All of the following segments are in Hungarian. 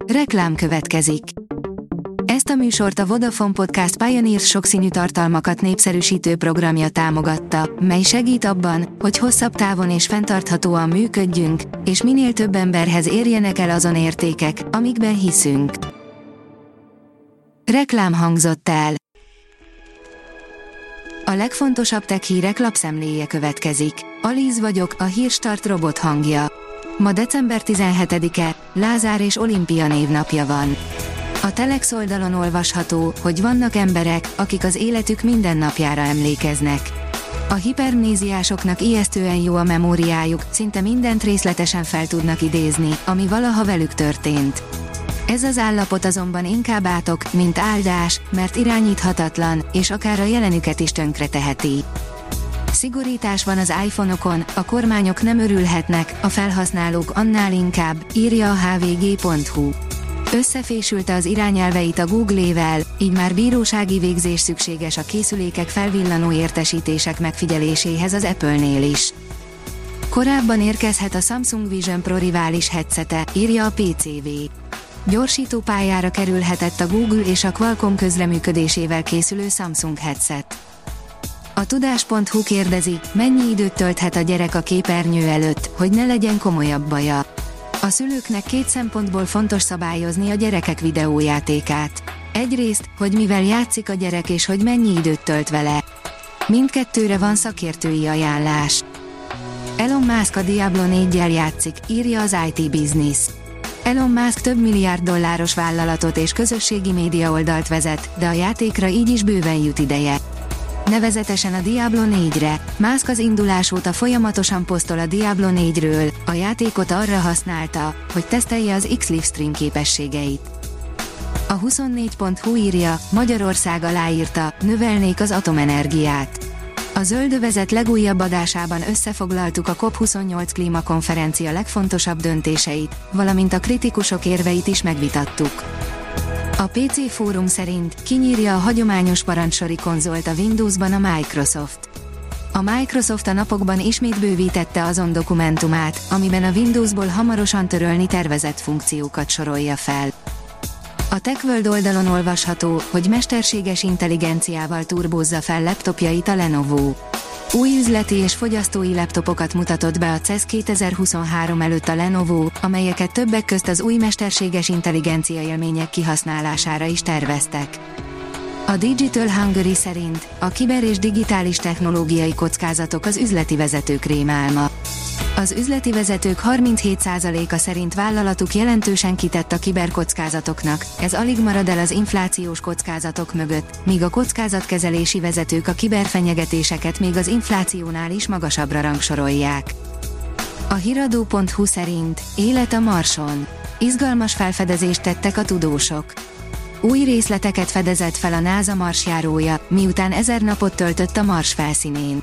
Reklám következik. Ezt a műsort a Vodafone Podcast Pioneers sokszínű tartalmakat népszerűsítő programja támogatta, mely segít abban, hogy hosszabb távon és fenntarthatóan működjünk, és minél több emberhez érjenek el azon értékek, amikben hiszünk. Reklám hangzott el. A legfontosabb tech hírek lapszemléje következik. Alíz vagyok, a Hírstart robot hangja. Ma december 17-e, Lázár és Olimpia névnapja van. A Telex oldalon olvasható, hogy vannak emberek, akik az életük minden napjára emlékeznek. A hipermnéziásoknak ijesztően jó a memóriájuk, szinte mindent részletesen fel tudnak idézni, ami valaha velük történt. Ez az állapot azonban inkább átok, mint áldás, mert irányíthatatlan, és akár a jelenüket is tönkreteheti. Szigorítás van az iPhone-okon, a kormányok nem örülhetnek, a felhasználók annál inkább, írja a hvg.hu. Összefésülte az irányelveit a Google-ével, így már bírósági végzés szükséges a készülékek felvillanó értesítések megfigyeléséhez az Apple-nél is. Korábban érkezhet a Samsung Vision Pro rivális headsete, írja a PCV. Gyorsító pályára kerülhetett a Google és a Qualcomm közreműködésével készülő Samsung headset. A tudás.hu kérdezi, mennyi időt tölthet a gyerek a képernyő előtt, hogy ne legyen komolyabb baja. A szülőknek két szempontból fontos szabályozni a gyerekek videójátékát. Egyrészt, hogy mivel játszik a gyerek és hogy mennyi időt tölt vele. Mindkettőre van szakértői ajánlás. Elon Musk a Diablo 4-jel játszik, írja az IT Business. Elon Musk több milliárd dolláros vállalatot és közösségi média oldalt vezet, de a játékra így is bőven jut ideje. Nevezetesen a Diablo 4-re. Musk az indulás óta folyamatosan posztol a Diablo 4-ről, a játékot arra használta, hogy tesztelje az X-Livestream képességeit. A 24.hu írja, Magyarország aláírta, növelnék az atomenergiát. A Zöldövezet legújabb adásában összefoglaltuk a COP28 klímakonferencia legfontosabb döntéseit, valamint a kritikusok érveit is megvitattuk. A PC Fórum szerint kinyírja a hagyományos parancsori konzolt a Windowsban a Microsoft. A Microsoft a napokban ismét bővítette azon dokumentumát, amiben a Windowsból hamarosan törölni tervezett funkciókat sorolja fel. A TechWorld oldalon olvasható, hogy mesterséges intelligenciával turbózza fel laptopjait a Lenovo. Új üzleti és fogyasztói laptopokat mutatott be a CES 2023 előtt a Lenovo, amelyeket többek közt az új mesterséges intelligencia élmények kihasználására is terveztek. A Digital Hungary szerint a kiber és digitális technológiai kockázatok az üzleti vezetők rémálma. Az üzleti vezetők 37%-a szerint vállalatuk jelentősen kitett a kiberkockázatoknak, ez alig marad el az inflációs kockázatok mögött, míg a kockázatkezelési vezetők a kiberfenyegetéseket még az inflációnál is magasabbra rangsorolják. A hiradó.hu szerint élet a Marson. Izgalmas felfedezést tettek a tudósok. Új részleteket fedezett fel a NASA marsjárója, miután 1000 napot töltött a Mars felszínén.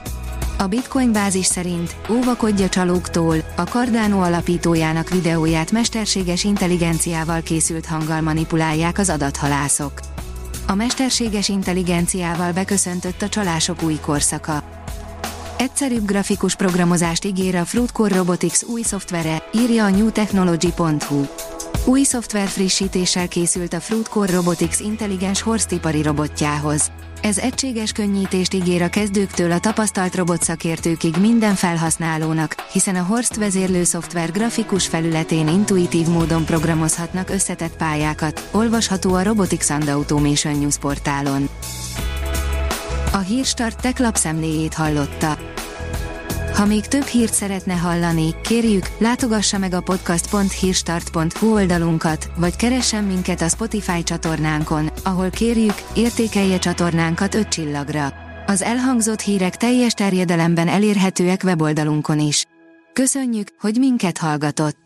A Bitcoin bázis szerint óvakodj a csalóktól, a Cardano alapítójának videóját mesterséges intelligenciával készült hanggal manipulálják az adathalászok. A mesterséges intelligenciával beköszöntött a csalások új korszaka. Egyszerűbb grafikus programozást ígér a Fruitcore Robotics új szoftvere, írja a newtechnology.hu. Új szoftver frissítéssel készült a Fruitcore Robotics intelligens horsztipari robotjához. Ez egységes könnyítést ígér a kezdőktől a tapasztalt robotszakértőkig minden felhasználónak, hiszen a Horst vezérlő szoftver grafikus felületén intuitív módon programozhatnak összetett pályákat, olvasható a Robotics and Automation News portálon. A Hírstart tech lapszemléjét hallotta. Ha még több hírt szeretne hallani, kérjük, látogassa meg a podcast.hírstart.hu oldalunkat, vagy keressen minket a Spotify csatornánkon, ahol kérjük, értékelje csatornánkat 5 csillagra. Az elhangzott hírek teljes terjedelemben elérhetőek weboldalunkon is. Köszönjük, hogy minket hallgatott!